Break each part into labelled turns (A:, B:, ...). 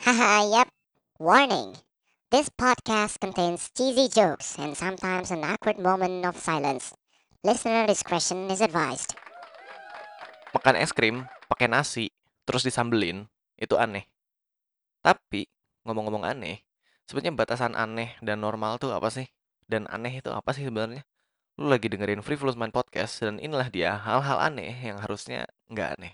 A: Haha, yep. Warning. This podcast contains cheesy jokes and sometimes an awkward moment of silence. Listener discretion is advised.
B: Makan es krim pakai nasi terus disambelin itu aneh. Tapi ngomong-ngomong aneh, sebenarnya batasan aneh dan normal tuh apa sih? Dan aneh itu apa sih sebenarnya? Lu lagi dengerin Frivolous Mind Podcast dan inilah dia hal-hal aneh yang harusnya nggak aneh.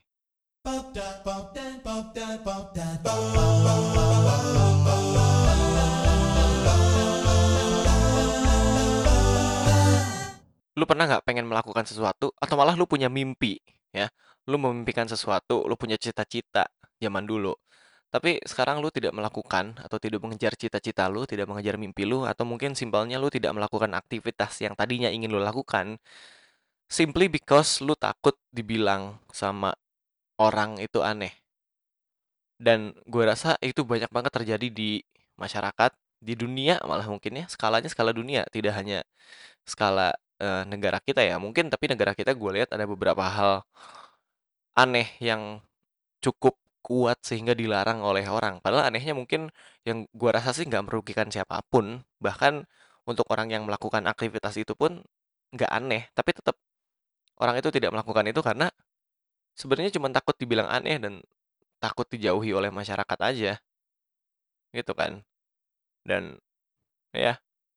B: Lu pernah nggak pengen melakukan sesuatu atau malah lu punya mimpi ya? Lu memimpikan sesuatu, lu punya cita-cita zaman dulu. Tapi sekarang lu tidak melakukan atau tidak mengejar cita-cita lu, tidak mengejar mimpi lu, atau mungkin simpelnya lu tidak melakukan aktivitas yang tadinya ingin lu lakukan, simply because lu takut dibilang sama orang itu aneh. Dan gue rasa itu banyak banget terjadi di masyarakat, di dunia malah mungkin ya, skalanya skala dunia, tidak hanya skala negara kita ya. Mungkin tapi negara kita gue lihat ada beberapa hal aneh yang cukup kuat sehingga dilarang oleh orang. Padahal anehnya mungkin yang gua rasa sih nggak merugikan siapapun. Bahkan untuk orang yang melakukan aktivitas itu pun nggak aneh. Tapi tetap orang itu tidak melakukan itu karena sebenarnya cuma takut dibilang aneh dan takut dijauhi oleh masyarakat aja. Gitu kan. Dan ya,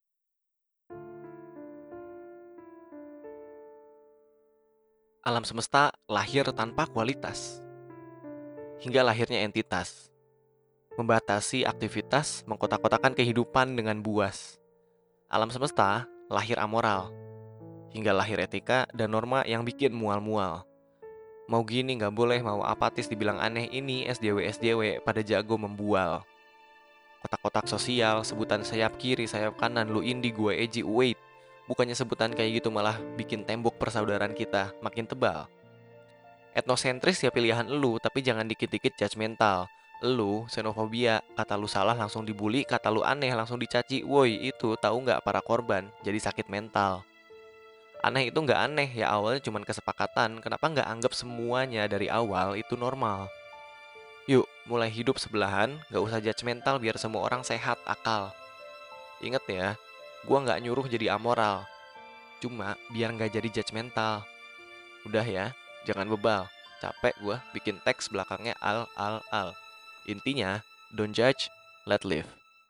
B: alam semesta lahir tanpa kualitas. Hingga lahirnya entitas. Membatasi aktivitas, mengkotak-kotakan kehidupan dengan buas. Alam semesta lahir amoral, hingga lahir etika dan norma yang bikin mual-mual. Mau gini nggak boleh, mau apatis dibilang aneh ini SJW pada jago membual. Kotak-kotak sosial, sebutan sayap kiri, sayap kanan, lu indi gue eji, wait. Bukannya sebutan kayak gitu malah bikin tembok persaudaraan kita makin tebal. Etnosentris ya pilihan elu, tapi jangan dikit-dikit judgmental. Elu, xenofobia, kata lu salah langsung dibully, kata lu aneh langsung dicaci. Woi, itu tahu nggak para korban jadi sakit mental. Aneh itu nggak aneh ya, awalnya cuma kesepakatan. Kenapa nggak anggap semuanya dari awal itu normal? Yuk, mulai hidup sebelahan, nggak usah judgmental biar semua orang sehat akal. Ingat ya, gua nggak nyuruh jadi amoral. Cuma biar nggak jadi judgmental. Udah ya, jangan bebal. Capek gua bikin teks belakangnya al. Intinya, don't judge, let live.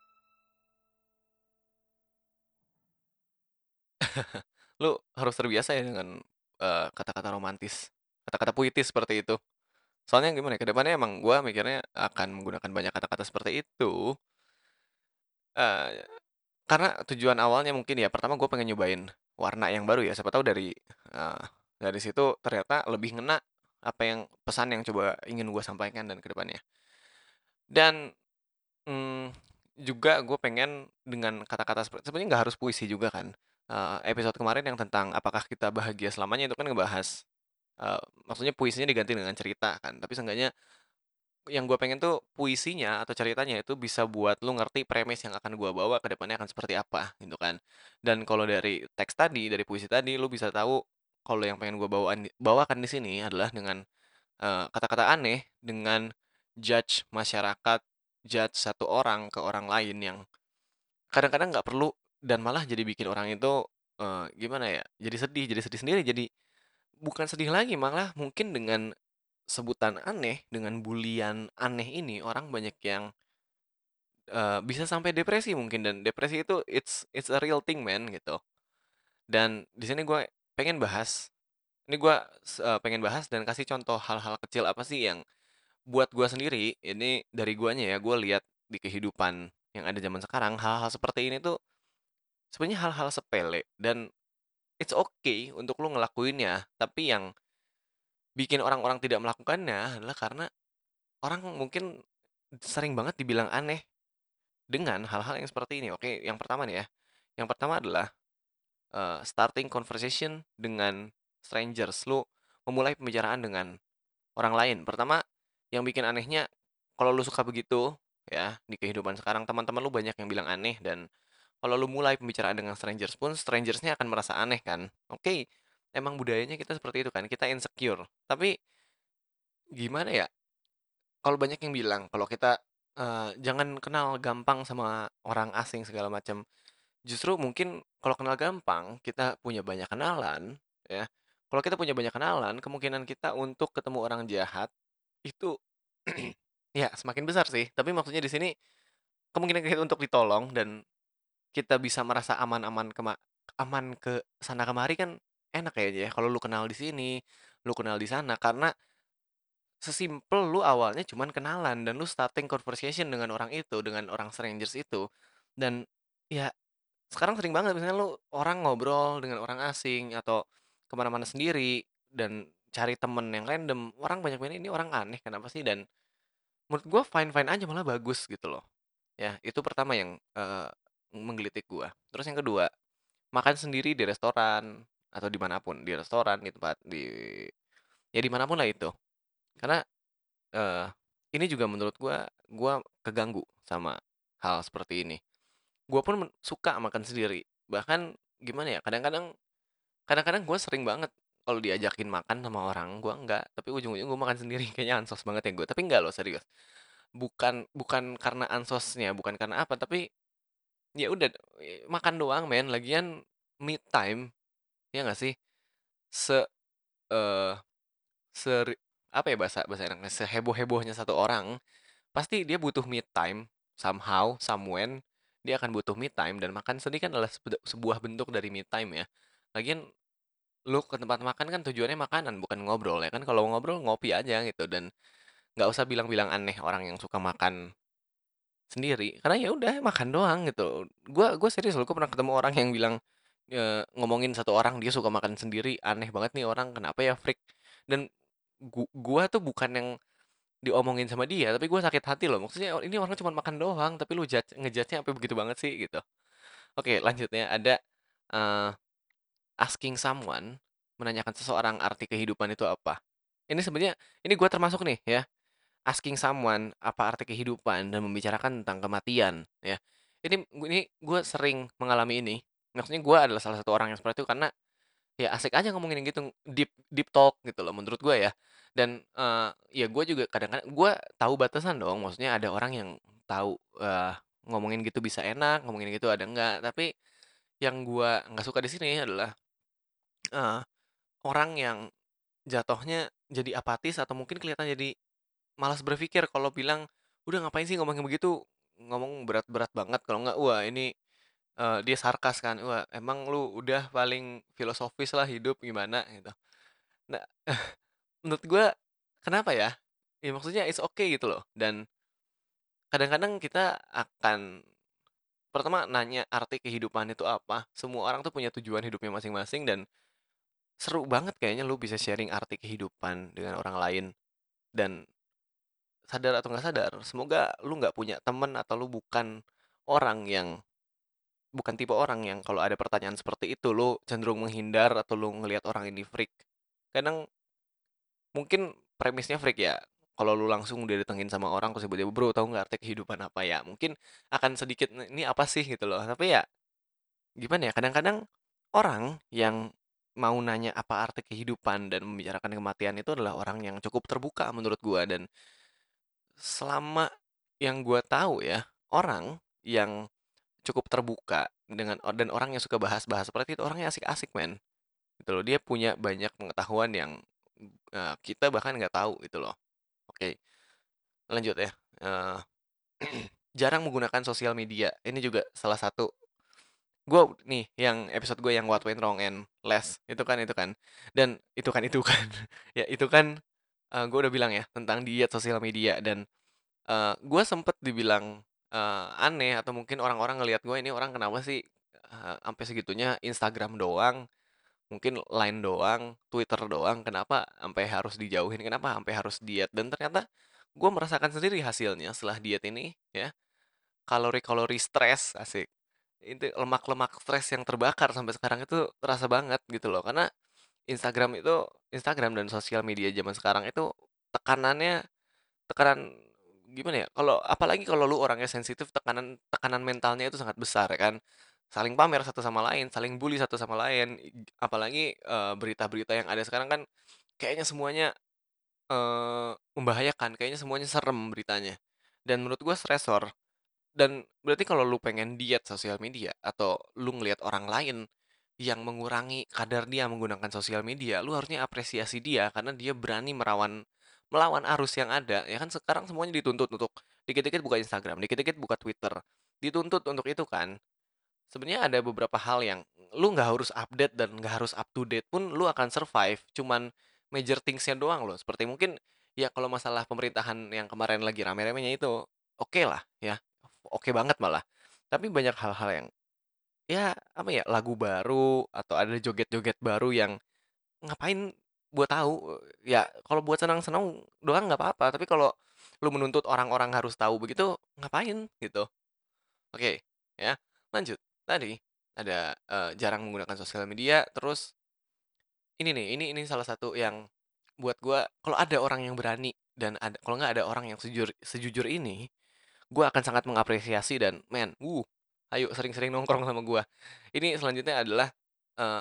B: Lu harus terbiasa ya dengan kata-kata romantis, kata-kata puitis seperti itu. Soalnya gimana ya, ke depannya emang gua mikirnya akan menggunakan banyak kata-kata seperti itu, eee, karena tujuan awalnya mungkin ya, pertama gue pengen nyobain warna yang baru ya, siapa tahu dari situ ternyata lebih ngena apa yang pesan yang coba ingin gue sampaikan dan ke depannya. Dan, mmm, juga gue pengen dengan kata-kata sebenarnya nggak harus puisi juga kan, episode kemarin yang tentang apakah kita bahagia selamanya itu kan ngebahas, maksudnya puisinya diganti dengan cerita kan, tapi seenggaknya yang gue pengen tuh puisinya atau ceritanya itu bisa buat lu ngerti premis yang akan gua bawa ke depannya akan seperti apa gitu kan. Dan kalau dari teks tadi, dari puisi tadi lu bisa tahu kalau yang pengen gua bawakan di sini adalah dengan kata-kata aneh, dengan judge masyarakat, judge satu orang ke orang lain yang kadang-kadang nggak perlu dan malah jadi bikin orang itu gimana ya? Jadi sedih sendiri, jadi bukan sedih lagi malah mungkin dengan sebutan aneh, dengan bulian aneh ini orang banyak yang, bisa sampai depresi mungkin dan depresi itu it's a real thing man gitu. Dan di sini gue pengen bahas, ini gue pengen bahas dan kasih contoh hal-hal kecil apa sih yang buat gue sendiri, ini dari guanya ya, gue lihat di kehidupan yang ada zaman sekarang, hal-hal seperti ini tuh sebenarnya hal-hal sepele dan it's okay untuk lu ngelakuinnya, tapi yang bikin orang-orang tidak melakukannya adalah karena orang mungkin sering banget dibilang aneh dengan hal-hal yang seperti ini. Oke, yang pertama nih ya. Yang pertama adalah starting conversation dengan strangers. Lu memulai pembicaraan dengan orang lain. Pertama, yang bikin anehnya kalau lu suka begitu ya di kehidupan sekarang teman-teman lu banyak yang bilang aneh dan kalau lu mulai pembicaraan dengan strangers pun strangersnya akan merasa aneh kan. Oke, emang budayanya kita seperti itu kan. Kita insecure. Tapi gimana ya? Kalau banyak yang bilang kalau kita jangan kenal gampang sama orang asing segala macam. Justru mungkin kalau kenal gampang, kita punya banyak kenalan, ya. Kalau kita punya banyak kenalan, kemungkinan kita untuk ketemu orang jahat itu ya semakin besar sih. Tapi maksudnya di sini kemungkinan kita untuk ditolong dan kita bisa merasa aman ke sana kemari kan enak ya kalau lu kenal di sini, lu kenal di sana karena sesimpel lu awalnya cuman kenalan dan lu starting conversation dengan orang itu, dengan orang strangers itu. Dan ya sekarang sering banget misalnya lu orang ngobrol dengan orang asing atau kemana mana sendiri dan cari temen yang random, orang banyak bilang, "Ini orang aneh kenapa sih?" Dan menurut gua fine-fine aja malah bagus gitu loh. Ya, itu pertama yang, menggelitik gua. Terus yang kedua, makan sendiri di restoran atau dimanapun di restoran, di tempat ya di mana lah itu. Karena, eee, ini juga menurut gua keganggu sama hal seperti ini. Gua pun suka makan sendiri, bahkan gimana ya, kadang-kadang gua sering banget kalau diajakin makan sama orang, gua enggak, tapi ujung-ujungnya gua makan sendiri, kayaknya ansos banget ya gua, tapi enggak loh serius. Bukan karena ansosnya, bukan karena apa, tapi ya udah, makan doang men, lagian me time, ya nggak sih? Se eee, seri apa ya bahasa bahasa enaknya, seheboh-hebohnya satu orang, pasti dia butuh me time, somehow, somewhen, dia akan butuh me time dan makan sendiri kan adalah sebuah bentuk dari me time ya. Lagian lu ke tempat makan kan tujuannya makanan bukan ngobrol ya kan, kalau ngobrol ngopi aja gitu dan nggak usah bilang-bilang aneh orang yang suka makan sendiri, karena ya udah makan doang gitu. Gua serius loh, gua pernah ketemu orang yang bilang, ngomongin satu orang dia suka makan sendiri, aneh banget nih orang kenapa ya freak. Dan gua tuh bukan yang diomongin sama dia, tapi gua sakit hati loh, maksudnya ini orang cuma makan doang, tapi lu ngejudge-nya sampai begitu banget sih gitu. Oke lanjutnya ada, eee, asking someone, menanyakan seseorang arti kehidupan itu apa. Ini sebenarnya ini gua termasuk nih ya. Asking someone apa arti kehidupan dan membicarakan tentang kematian, ya. Ini gue sering mengalami ini. Maksudnya gue adalah salah satu orang yang seperti itu karena ya asik aja ngomongin yang gitu, deep deep talk gitu loh menurut gue ya. Dan, ya gue juga kadang-kadang gue tahu batasan dong, maksudnya ada orang yang tahu, ngomongin gitu bisa enak, ngomongin gitu ada enggak. Tapi yang gue nggak suka di sini adalah, eee, orang yang jatuhnya jadi apatis atau mungkin kelihatan jadi malas berpikir kalau bilang, "Udah ngapain sih ngomongin begitu, ngomong berat-berat banget," kalau enggak, wah ini, dia sarkas kan, "Wah emang lu udah paling filosofis lah hidup gimana?" Gitu. Nah, menurut gua kenapa ya? Ya maksudnya it's okay gitu loh dan kadang-kadang kita akan pertama nanya arti kehidupan itu apa, semua orang tuh punya tujuan hidupnya masing-masing dan seru banget kayaknya lu bisa sharing arti kehidupan dengan orang lain dan sadar atau nggak sadar, semoga lu nggak punya temen atau lu bukan tipe orang yang kalau ada pertanyaan seperti itu, lu cenderung menghindar atau lu ngelihat orang ini freak. Kadang mungkin premisnya freak ya, kalau lu langsung udah datengin sama orang terus tiba-tiba, "Bro, tahu nggak arti kehidupan apa ya?" Mungkin akan sedikit, "Ini apa sih?" Gitu loh. Tapi ya gimana ya, kadang-kadang orang yang mau nanya apa arti kehidupan dan membicarakan kematian itu adalah orang yang cukup terbuka menurut gua dan selama yang gua tahu ya, orang yang cukup terbuka dan orang yang suka bahas-bahas seperti itu orangnya asik-asik men, gitu loh. Dia punya banyak pengetahuan yang, kita bahkan nggak tahu gitu loh. Oke, lanjut ya, eee, jarang menggunakan sosial media, ini juga salah satu gue nih yang episode gue yang What Went Wrong and Less itu kan, dan itu kan, ya itu kan, gue udah bilang ya tentang diet sosial media dan gue sempet dibilang, aneh atau mungkin orang-orang ngelihat gue, "Ini orang kenapa sih, sampai segitunya Instagram doang, mungkin Line doang, Twitter doang, kenapa sampai harus dijauhin, kenapa sampai harus diet?" Dan ternyata gue merasakan sendiri hasilnya setelah diet ini ya, kalori-kalori stres, asik, itu lemak-lemak stres yang terbakar sampai sekarang itu terasa banget gitu loh. Karena Instagram dan sosial media zaman sekarang itu tekanannya tekanan gimana ya, kalau apalagi kalau lu orangnya sensitif tekanan tekanan mentalnya itu sangat besar ya kan. Saling pamer satu sama lain, saling bully satu sama lain, apalagi, berita-berita yang ada sekarang kan kayaknya semuanya, membahayakan, kayaknya semuanya serem beritanya. dan menurut gue stresor. Dan berarti kalau lu pengen diet sosial media atau lu ngelihat orang lain yang mengurangi kadar dia menggunakan sosial media, lu harusnya apresiasi dia karena dia berani melawan arus yang ada. Ya kan sekarang semuanya dituntut untuk dikit-dikit buka Instagram, dikit-dikit buka Twitter. Dituntut untuk itu kan. Sebenarnya ada beberapa hal yang lu nggak harus update dan nggak harus up to date pun lu akan survive. Cuman major things-nya doang loh. Seperti mungkin ya kalau masalah pemerintahan yang kemarin lagi rame-ramenya itu oke lah ya. Oke banget malah. Tapi banyak hal-hal yang ya apa ya lagu baru atau ada joget-joget baru yang ngapain buat tahu ya kalau buat senang-senang doang nggak apa-apa tapi kalau lu menuntut orang-orang harus tahu begitu ngapain gitu. Oke, ya. Lanjut. Tadi ada, jarang menggunakan sosial media, terus ini nih, ini salah satu yang buat gua kalau ada orang yang berani dan kalau nggak ada orang yang sejujur ini, gua akan sangat mengapresiasi dan, "Men, ayo sering-sering nongkrong sama gua." Ini selanjutnya adalah, eee,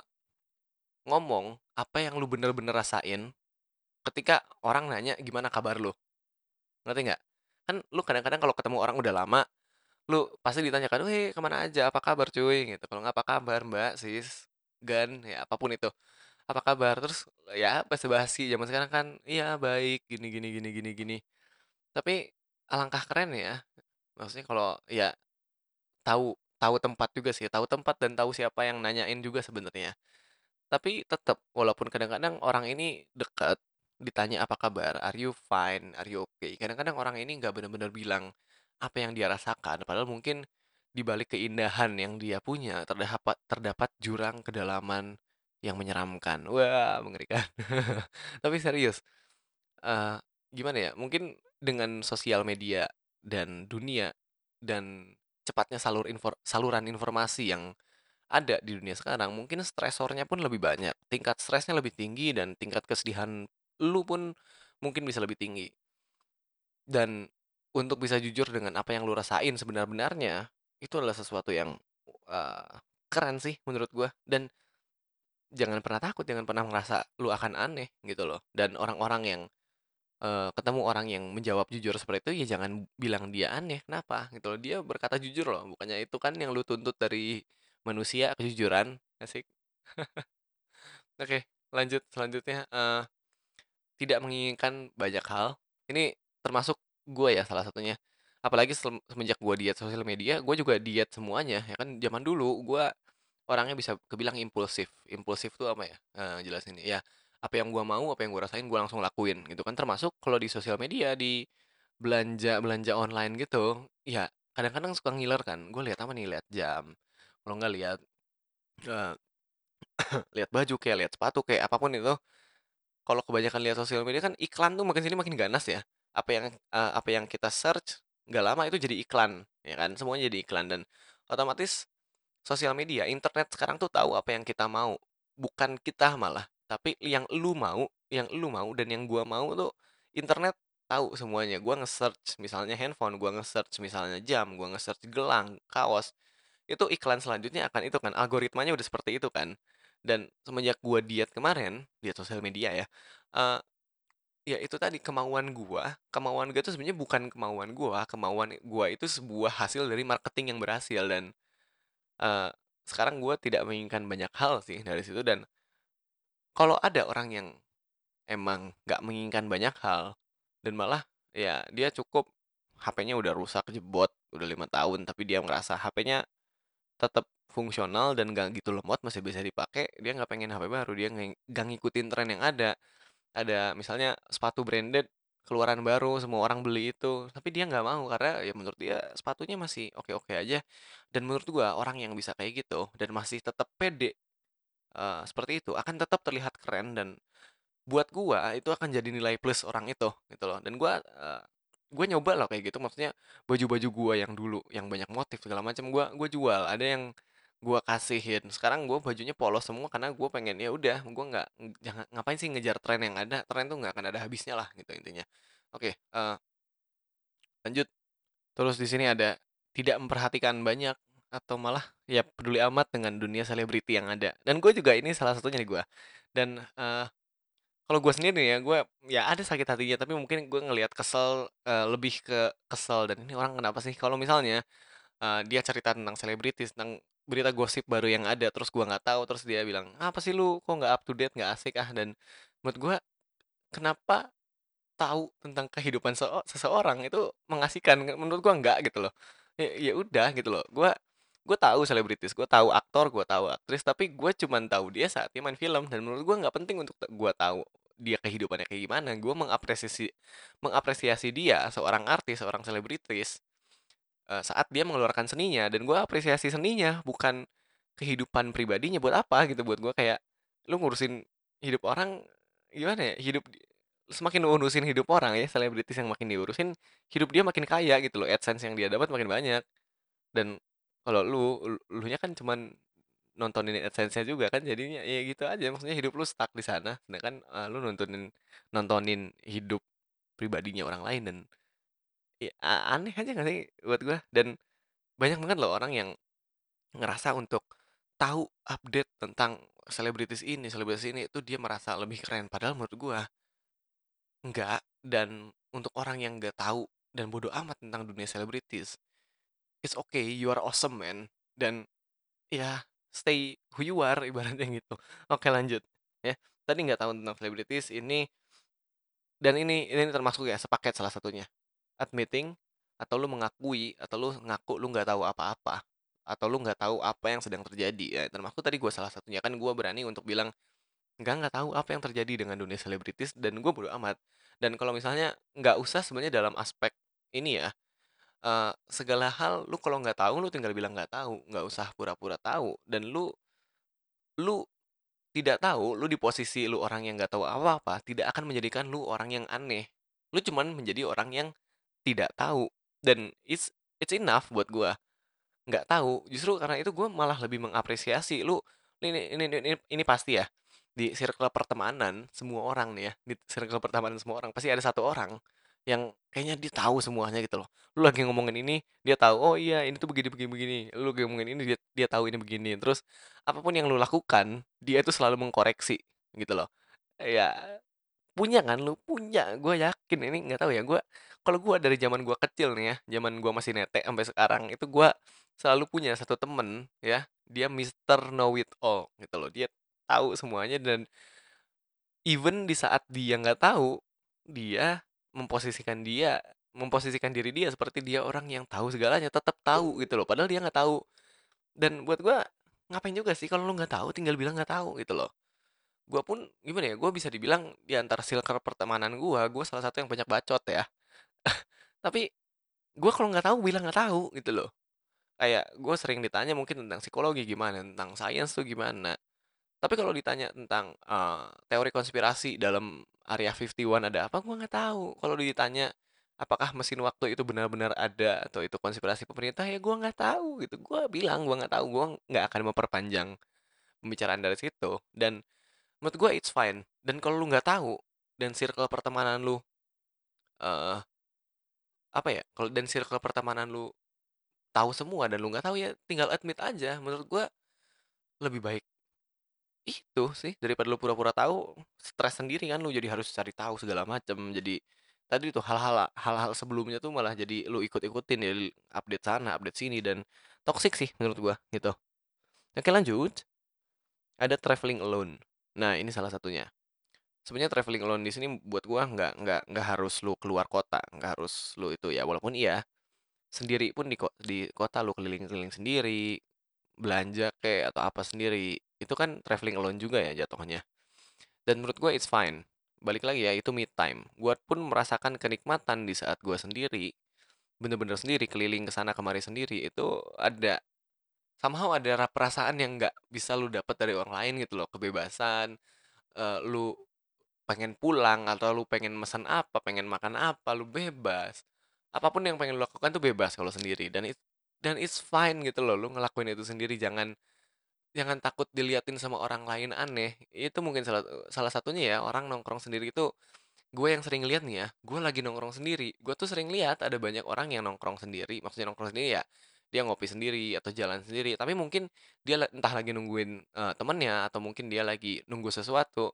B: ngomong apa yang lu bener-bener rasain ketika orang nanya, "Gimana kabar lu?" Ngerti nggak? Kan lu kadang-kadang kalau ketemu orang udah lama, lu pasti ditanyakan, "Weh, kemana aja? Apa kabar cuy?" Gitu. Kalau nggak, "Apa kabar Mbak, Sis, Gan?" Ya apapun itu. "Apa kabar?" Terus ya basa-basi zaman sekarang kan, "Iya baik, gini gini gini gini gini." Tapi alangkah keren ya, maksudnya kalau ya tahu tahu tempat juga sih, tahu tempat dan tahu siapa yang nanyain juga sebenarnya. Tapi tetap walaupun kadang-kadang orang ini dekat, ditanya, "Apa kabar? Are you fine? Are you okay?" Kadang-kadang orang ini nggak benar-benar bilang apa yang dia rasakan, padahal mungkin di balik keindahan yang dia punya terdapat jurang kedalaman yang menyeramkan. Wah, mengerikan. Tapi serius, eee, gimana ya, mungkin dengan sosial media dan dunia dan cepatnya saluran informasi yang ada di dunia sekarang, mungkin stresornya pun lebih banyak, tingkat stresnya lebih tinggi dan tingkat kesedihan lu pun mungkin bisa lebih tinggi. Dan untuk bisa jujur dengan apa yang lu rasain sebenar-benarnya, itu adalah sesuatu yang, eee, keren sih menurut gua dan jangan pernah takut, jangan pernah merasa lu akan aneh gitu loh. Dan orang-orang yang, ketemu orang yang menjawab jujur seperti itu, ya jangan bilang dia aneh, kenapa gitu loh, dia berkata jujur loh, bukannya itu kan yang lu tuntut dari manusia, kejujuran, asik. Oke, lanjut selanjutnya, tidak menginginkan banyak hal. Ini termasuk gue ya salah satunya. Apalagi semenjak gue diet sosial media, gue juga diet semuanya, ya kan zaman dulu gue orangnya bisa kebilang impulsif. Impulsif tuh apa ya, jelasin ya, apa yang gue mau, apa yang gue rasain, gue langsung lakuin gitu kan. Termasuk kalau di sosial media, di belanja-belanja online gitu, ya kadang-kadang suka ngiler kan, gue lihat apa nih, lihat jam, kalau nggak lihat, eee, lihat baju kayak, lihat sepatu kayak, apapun itu. Kalau kebanyakan lihat sosial media kan iklan tuh makin sini makin ganas ya. Apa yang kita search nggak lama itu jadi iklan, ya kan? Semuanya jadi iklan dan otomatis sosial media, internet sekarang tuh tahu apa yang kita mau. Bukan kita malah, tapi yang lu mau dan yang gua mau tuh internet tahu semuanya. Gua nge-search misalnya handphone, gua nge-search misalnya jam, gua nge-search gelang, kaos, itu iklan selanjutnya akan itu kan, algoritmanya udah seperti itu kan. Dan semenjak gua diet kemarin, diet sosial media ya, eee, ya itu tadi kemauan gua itu sebenarnya bukan kemauan gua itu sebuah hasil dari marketing yang berhasil dan, eee, sekarang gua tidak menginginkan banyak hal sih dari situ dan kalau ada orang yang emang nggak menginginkan banyak hal dan malah ya dia cukup HP-nya udah rusak, jebot, udah 5 tahun tapi dia ngerasa HP-nya tetap fungsional dan nggak gitu lemot, masih bisa dipakai, dia nggak pengen HP baru, dia nggak ngikutin tren yang ada. Ada misalnya sepatu branded keluaran baru, semua orang beli itu, tapi dia nggak mau karena ya menurut dia sepatunya masih oke-oke aja. Dan menurut gua orang yang bisa kayak gitu dan masih tetap pede, seperti itu akan tetap terlihat keren dan buat gua itu akan jadi nilai plus orang itu, gitu loh. Dan gua nyoba loh kayak gitu, maksudnya baju-baju gua yang dulu, yang banyak motif segala macam, gua jual. Ada yang gua kasihin. Sekarang gua bajunya polos semua karena gua pengen, ya udah, gua nggak jangan ngapain sih ngejar tren yang ada, tren tuh nggak akan ada habisnya lah gitu intinya. Oke, lanjut. Terus di sini ada tidak memperhatikan banyak atau malah ya peduli amat dengan dunia selebriti yang ada. Dan gue juga ini salah satunya nih gua. Dan, Kalau gue sendiri ya, gue ya ada sakit hatinya, tapi mungkin gue ngelihat kesel, lebih ke kesel dan ini orang kenapa sih kalau misalnya, dia cerita tentang selebritis, tentang berita gosip baru yang ada, terus gua nggak tahu, terus dia bilang, "Apa sih lu, kok nggak up to date, nggak asik ah," dan menurut gua, kenapa tahu tentang kehidupan seseorang itu mengasihkan? Menurut gua enggak gitu loh. Ya udah gitu loh, gua tahu selebritis, gua tahu aktor, gua tahu aktris, tapi gua cuman tahu dia saat dia main film dan menurut gua nggak penting untuk gua tahu dia kehidupannya kayak gimana. Gua mengapresiasi mengapresiasi dia, seorang artis, seorang selebritis, saat dia mengeluarkan seninya dan gue apresiasi seninya, bukan kehidupan pribadinya. Buat apa gitu, buat gue kayak, lu ngurusin hidup orang, gimana ya, semakin lu ngurusin hidup orang ya, selebritis yang makin diurusin, hidup dia makin kaya gitu loh, AdSense yang dia dapat makin banyak. Dan kalau elunya kan cuman nontonin AdSense-nya juga kan jadinya ya gitu aja, maksudnya hidup lu stuck di sana, sedangkan, lu nontonin nontonin hidup pribadinya orang lain dan ya aneh aja nggak sih buat gue. Dan banyak banget loh orang yang ngerasa untuk tahu update tentang selebritis ini itu dia merasa lebih keren, padahal menurut gua enggak. Dan untuk orang yang nggak tahu dan bodoh amat tentang dunia selebritis, it's okay, you are awesome man. Dan ya stay who you are ibaratnya gitu. Oke lanjut ya. Tadi nggak tahu tentang selebritis ini, dan ini termasuk ya sepaket salah satunya. Admitting atau lu mengakui atau lu ngaku lu nggak tahu apa-apa atau lu nggak tahu apa yang sedang terjadi ya, termasuk tadi gue salah satunya kan gue berani untuk bilang nggak tahu apa yang terjadi dengan dunia selebritis dan gue bodo amat. Dan kalau misalnya nggak usah sebenarnya dalam aspek ini ya, segala hal lu kalau nggak tahu lu tinggal bilang nggak tahu, nggak usah pura-pura tahu. Dan lu tidak tahu, lu di posisi lu orang yang nggak tahu apa-apa tidak akan menjadikan lu orang yang aneh. Lu cuman menjadi orang yang tidak tahu. Dan it's enough buat gua. Nggak tahu, justru karena itu gua malah lebih mengapresiasi lu. Ini pasti ya, di circle pertemanan semua orang nih ya, di circle pertemanan semua orang pasti ada satu orang yang kayaknya dia tahu semuanya gitu loh. Lu lagi ngomongin ini, dia tahu, "Oh iya, ini tuh begini begini begini." Lu lagi ngomongin ini, dia dia tahu ini begini. Terus apapun yang lu lakukan, dia itu selalu mengkoreksi gitu loh. Ya punya kan lu? Punya, gue yakin ini nggak tahu ya, kalau gue dari zaman gue kecil nih ya, zaman gue masih netek sampai sekarang, itu gue selalu punya satu temen ya, dia Mister Know It All gitu loh. Dia tahu semuanya dan even di saat dia nggak tahu, dia memposisikan diri dia seperti dia orang yang tahu segalanya, tetap tahu gitu loh, padahal dia nggak tahu. Dan buat gue ngapain juga sih kalau lu nggak tahu tinggal bilang nggak tahu gitu loh. Gua pun gimana ya, gue bisa dibilang di antara circle pertemanan gue salah satu yang banyak bacot ya. Tapi gue kalau nggak tahu bilang nggak tahu gitu loh. Kayak gue sering ditanya mungkin tentang psikologi gimana, tentang sains tuh gimana. Tapi kalau ditanya tentang teori konspirasi dalam Area 51 ada apa, gue nggak tahu. Kalau ditanya apakah mesin waktu itu benar-benar ada atau itu konspirasi pemerintah, ya gue nggak tahu gitu. Gue bilang gue nggak tahu, gue nggak akan memperpanjang pembicaraan dari situ. Dan menurut gue it's fine. Dan kalau lu nggak tahu dan circle pertemanan lu, eee, apa ya, kalau dan circle pertemanan lu tahu semua dan lu nggak tahu, ya tinggal admit aja. Menurut gue lebih baik itu sih daripada lu pura-pura tahu, stres sendiri kan lu jadi harus cari tahu segala macam. Jadi tadi tuh hal-hal sebelumnya tuh malah jadi lu ikut-ikutin ya, update sana, update sini dan toxic sih menurut gua gitu. Oke lanjut, ada traveling alone. Nah ini salah satunya. Sebenarnya traveling alone di sini buat gua nggak harus lu keluar kota, nggak harus lu itu ya, walaupun iya, sendiri pun di kota lu keliling-keliling sendiri, belanja kek atau apa sendiri, itu kan traveling alone juga ya jatuhnya. Dan menurut gua it's fine. Balik lagi ya, itu me time. Gua pun merasakan kenikmatan di saat gua sendiri, bener-bener sendiri, keliling ke sana kemari sendiri, itu ada somehow ada perasaan yang nggak bisa lu dapat dari orang lain gitu loh, kebebasan, lu pengen pulang atau lu pengen mesen apa, pengen makan apa, lu bebas. Apapun yang pengen lu lakukan tuh bebas kalau sendiri dan it's fine gitu loh, lu ngelakuin itu sendiri. Jangan jangan takut diliatin sama orang lain aneh. Itu mungkin salah salah satunya ya, orang nongkrong sendiri itu gue yang sering lihat nih ya, gue lagi nongkrong sendiri, gue tuh sering lihat ada banyak orang yang nongkrong sendiri, maksudnya nongkrong sendiri ya, dia ngopi sendiri atau jalan sendiri, tapi mungkin dia entah lagi nungguin, temennya atau mungkin dia lagi nunggu sesuatu.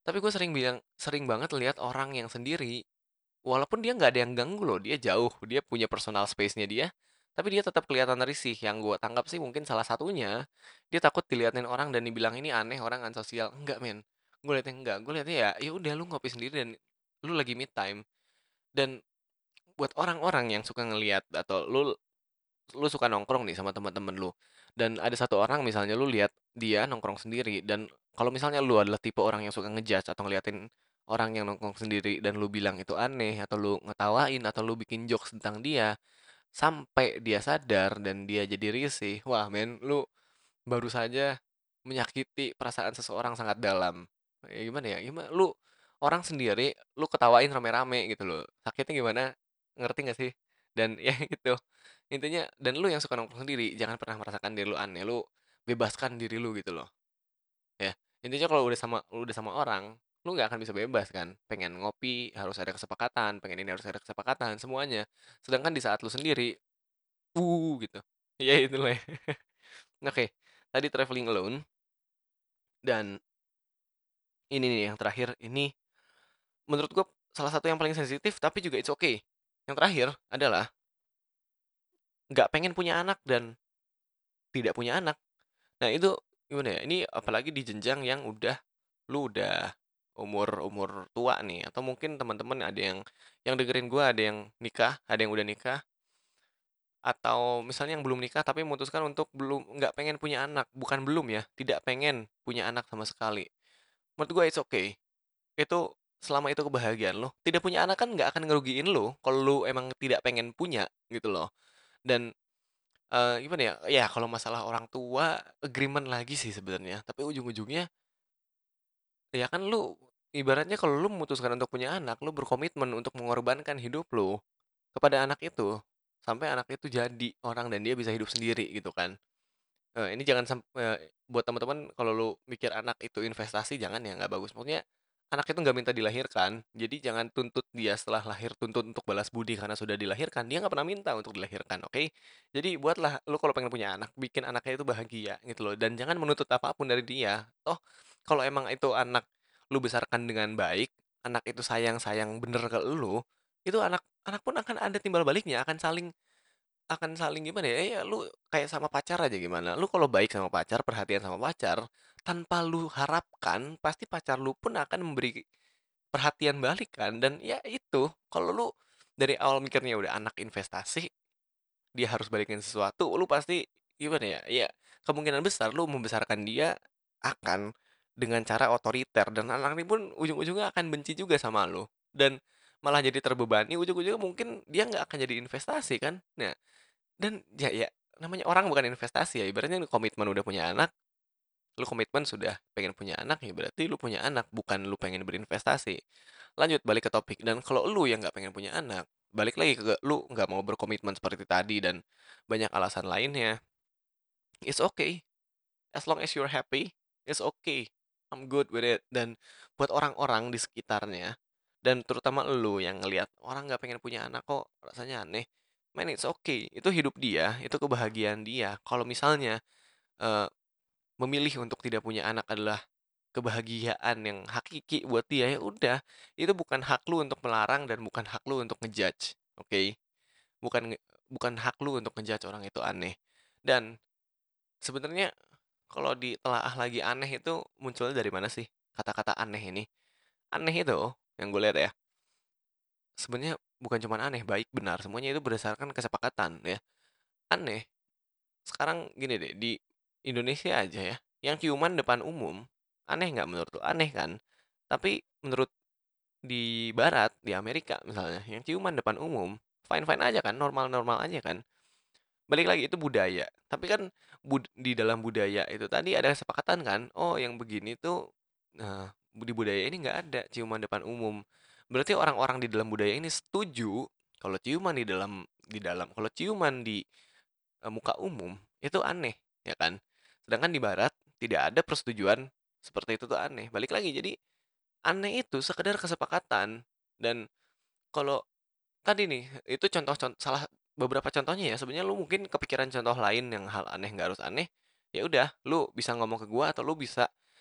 B: Tapi gue sering banget lihat orang yang sendiri, walaupun dia nggak ada yang ganggu loh, dia jauh, dia punya personal space-nya dia, tapi dia tetap kelihatan risih. Yang gue tangkap sih mungkin salah satunya, dia takut diliatin orang dan dibilang ini aneh, orang ansosial. Enggak, men. Gue liatnya enggak. Gue liatnya ya udah lu ngopi sendiri dan lu lagi me time. Dan buat orang-orang yang suka ngelihat atau lu lu suka nongkrong nih sama teman-teman lu dan ada satu orang misalnya lu lihat dia nongkrong sendiri dan kalau misalnya lu adalah tipe orang yang suka ngejudge atau ngeliatin orang yang nongkrong sendiri dan lu bilang itu aneh atau lu ngetawain atau lu bikin jokes tentang dia sampai dia sadar dan dia jadi risih, wah men, lu baru saja menyakiti perasaan seseorang sangat dalam. Ya gimana ya? Gimana lu orang sendiri, lu ketawain rame-rame gitu loh. Sakitnya gimana? Ngerti gak sih? Dan ya gitu. Intinya dan lu yang suka nongkrong sendiri, jangan pernah merasakan diri lu aneh. Lu bebaskan diri lu gitu loh. Ya. Intinya kalau udah sama orang, lu nggak akan bisa bebas kan. Pengen ngopi harus ada kesepakatan, pengen ini harus ada kesepakatan, semuanya. Sedangkan di saat lu sendiri, gitu. Ya itu lah. Oke, tadi traveling alone dan ini nih yang terakhir, ini menurut gue salah satu yang paling sensitif tapi juga it's okay. Yang terakhir adalah nggak pengen punya anak dan tidak punya anak. Nah itu gimana ya? Ini apalagi di jenjang yang lu udah umur tua nih atau mungkin teman-teman ada yang dengerin gue ada yang nikah, ada yang udah nikah atau misalnya yang belum nikah tapi memutuskan untuk nggak pengen punya anak, bukan belum ya, tidak pengen punya anak sama sekali. Menurut gue it's okay. Itu selama itu kebahagiaan lo, tidak punya anak kan nggak akan ngerugiin lo kalau lo emang tidak pengen punya gitu loh. Dan gimana ya? Ya kalau masalah orang tua agreement lagi sih sebenarnya. Tapi ujung-ujungnya ya kan lu ibaratnya kalau lu memutuskan untuk punya anak, lu berkomitmen untuk mengorbankan hidup lu kepada anak itu sampai anak itu jadi orang dan dia bisa hidup sendiri gitu kan. Ini jangan buat teman-teman kalau lu mikir anak itu investasi jangan ya, nggak bagus. Maksudnya anak itu nggak minta dilahirkan, jadi jangan tuntut dia setelah lahir tuntut untuk balas budi karena sudah dilahirkan, dia nggak pernah minta untuk dilahirkan, oke? Jadi buatlah lu kalau pengen punya anak, bikin anaknya itu bahagia gitu loh dan jangan menuntut apapun dari dia. Toh kalau emang itu anak lu besarkan dengan baik, anak itu sayang-sayang bener ke lu, itu anak anak pun akan ada timbal baliknya, akan saling gimana ya, ya lu kayak sama pacar aja gimana, lu kalau baik sama pacar, perhatian sama pacar, tanpa lu harapkan, pasti pacar lu pun akan memberi perhatian balik kan, dan ya itu, kalau lu dari awal mikirnya udah anak investasi, dia harus balikin sesuatu, lu pasti gimana ya, ya kemungkinan besar lu membesarkan dia akan dengan cara otoriter dan anak ini pun ujung-ujungnya akan benci juga sama lu dan malah jadi terbebani, ujung-ujungnya mungkin dia nggak akan jadi investasi kan. Nah dan ya namanya orang bukan investasi ya, ibaratnya lu komitmen udah punya anak, lu komitmen sudah pengen punya anak, ya berarti lu punya anak, bukan lu pengen berinvestasi. Lanjut balik ke topik, dan kalau lu yang nggak pengen punya anak, balik lagi ke lu nggak mau berkomitmen seperti tadi dan banyak alasan lainnya, it's okay. As long as you're happy, it's okay. I'm good with it. Dan buat orang-orang di sekitarnya, dan terutama lu yang ngelihat orang nggak pengen punya anak kok rasanya aneh, man it's okay. Itu hidup dia, itu kebahagiaan dia. Kalau misalnya eh, memilih untuk tidak punya anak adalah kebahagiaan yang hakiki buat dia, ya udah. Itu bukan hak lu untuk melarang dan bukan hak lu untuk ngejudge, oke? Bukan hak lu untuk ngejudge orang itu aneh. Dan sebenarnya kalau ditelaah lagi aneh itu munculnya dari mana sih kata-kata aneh ini? Aneh itu yang gue lihat ya, sebenarnya bukan cuma aneh, baik, benar, semuanya itu berdasarkan kesepakatan ya. Aneh, sekarang gini deh, di Indonesia aja ya, yang ciuman depan umum, aneh nggak menurut lo? Aneh kan? Tapi menurut di Barat, di Amerika misalnya, yang ciuman depan umum, fine-fine aja kan, normal-normal aja kan? Balik lagi itu budaya. Tapi kan di dalam budaya itu tadi ada kesepakatan kan, oh yang begini tuh nah, di budaya ini nggak ada ciuman depan umum. Berarti orang-orang di dalam budaya ini setuju kalau ciuman kalau ciuman di muka umum itu aneh, ya kan? Sedangkan di barat tidak ada persetujuan seperti itu tuh aneh. Balik lagi jadi aneh itu sekedar kesepakatan dan kalau tadi nih, itu salah beberapa contohnya ya, sebenarnya lu mungkin kepikiran contoh lain yang hal aneh nggak harus aneh, ya udah, lu bisa ngomong ke gua atau lu bisa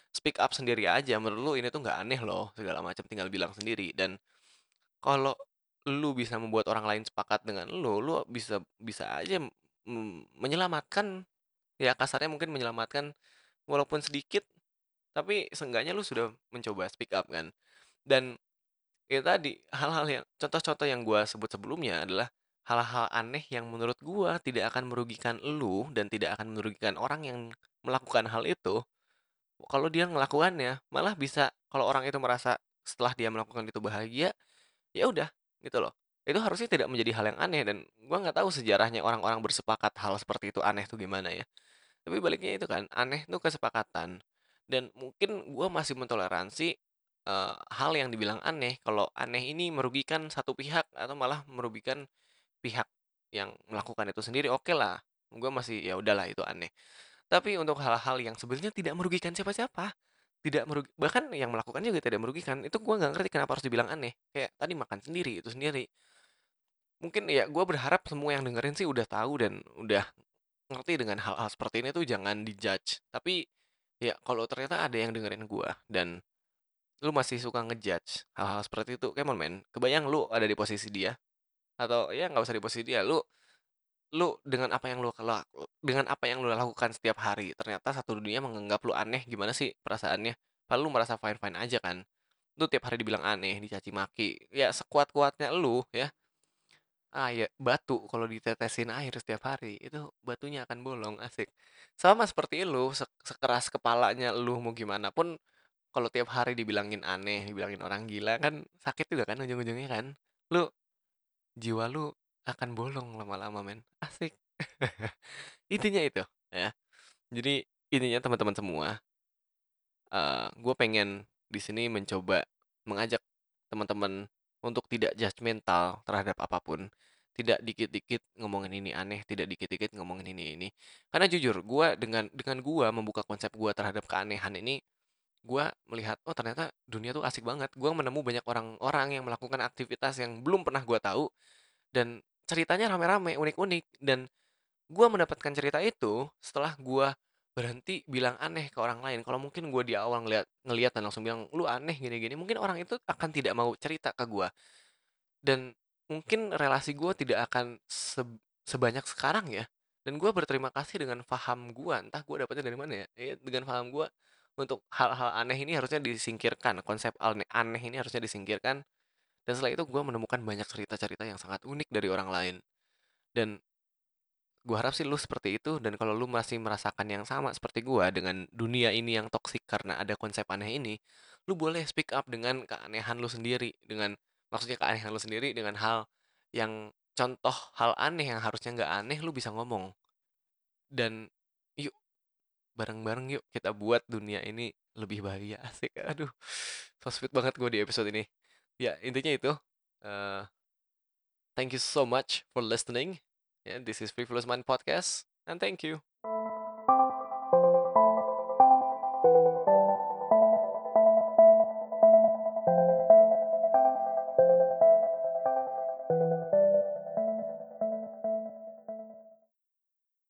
B: speak up sendiri aja, menurut lu ini tuh nggak aneh loh, segala macam, tinggal bilang sendiri. Dan kalau lu bisa membuat orang lain sepakat dengan lu bisa bisa aja menyelamatkan, ya kasarnya mungkin menyelamatkan walaupun sedikit, tapi seenggaknya lu sudah mencoba speak up kan. Dan itu tadi, hal-hal yang contoh-contoh yang gua sebut sebelumnya adalah hal-hal aneh yang menurut gua tidak akan merugikan lu dan tidak akan merugikan orang yang melakukan hal itu. Kalau dia melakukannya, malah bisa kalau orang itu merasa setelah dia melakukan itu bahagia, ya udah, gitu loh. Itu harusnya tidak menjadi hal yang aneh dan gua nggak tahu sejarahnya orang-orang bersepakat hal seperti itu aneh tuh gimana ya. Tapi baliknya itu kan, aneh itu kesepakatan. Dan mungkin gua masih mentoleransi hal yang dibilang aneh, kalau aneh ini merugikan satu pihak atau malah merugikan pihak yang melakukan itu sendiri, oke lah. Gua masih ya udahlah itu aneh. Tapi untuk hal-hal yang sebenarnya tidak merugikan siapa-siapa, tidak bahkan yang melakukannya juga tidak merugikan, itu gua nggak ngerti kenapa harus dibilang aneh. Kayak tadi makan sendiri, itu sendiri. Mungkin ya gua berharap semua yang dengerin sih udah tahu dan udah ngerti dengan hal-hal seperti ini tuh jangan dijudge. Tapi ya kalau ternyata ada yang dengerin gua dan lu masih suka ngejudge hal-hal seperti itu, come on man. Kebayang lu ada di posisi dia atau ya nggak usah di posisi dia, lu lu dengan apa yang dengan apa yang lu lakukan setiap hari, ternyata satu dunia menganggap lu aneh, gimana sih perasaannya? Padahal lu merasa fine-fine aja kan. Lu tiap hari dibilang aneh, dicaci maki, ya sekuat-kuatnya lu ya. Ah, ya, batu kalau ditetesin air setiap hari, itu batunya akan bolong, asik. Sama seperti lu, sekeras kepalanya lu mau gimana pun, kalau tiap hari dibilangin aneh, dibilangin orang gila kan sakit juga kan ujung-ujungnya kan. Lu, jiwa lu akan bolong lama-lama men, asik. Intinya itu, ya. Jadi intinya teman-teman semua, gue pengen di sini mencoba mengajak teman-teman untuk tidak judgmental terhadap apapun. Tidak dikit-dikit ngomongin ini aneh, tidak dikit-dikit ngomongin ini. Karena jujur, gue dengan gue membuka konsep gue terhadap keanehan ini, gue melihat, oh ternyata dunia tuh asik banget. Gue menemu banyak orang-orang yang melakukan aktivitas yang belum pernah gue tahu, dan ceritanya rame-rame, unik-unik. Dan gua mendapatkan cerita itu setelah gua berhenti bilang aneh ke orang lain. Kalau mungkin gua di awal ngeliat ngeliat dan langsung bilang, "Lu aneh gini-gini," mungkin orang itu akan tidak mau cerita ke gua. Dan mungkin relasi gua tidak akan sebanyak sekarang ya. Dan gua berterima kasih dengan paham gua, entah gua dapetnya dari mana ya. Dengan paham gua untuk hal-hal aneh ini harusnya disingkirkan, konsep aneh aneh ini harusnya disingkirkan. Dan setelah itu gua menemukan banyak cerita-cerita yang sangat unik dari orang lain. Dan gua harap sih lu seperti itu, dan kalau lu masih merasakan yang sama seperti gua dengan dunia ini yang toksik karena ada konsep aneh ini, lu boleh speak up dengan keanehan lu sendiri, dengan maksudnya keanehan lu sendiri dengan hal yang contoh hal aneh yang harusnya nggak aneh lu bisa ngomong. Dan yuk bareng-bareng yuk kita buat dunia ini lebih bahagia, asik. Aduh, so sweet banget gue di episode ini. Ya, intinya itu. eh, Thank you so much for listening. Yeah, this is Frivolous Mind Podcast, and thank you.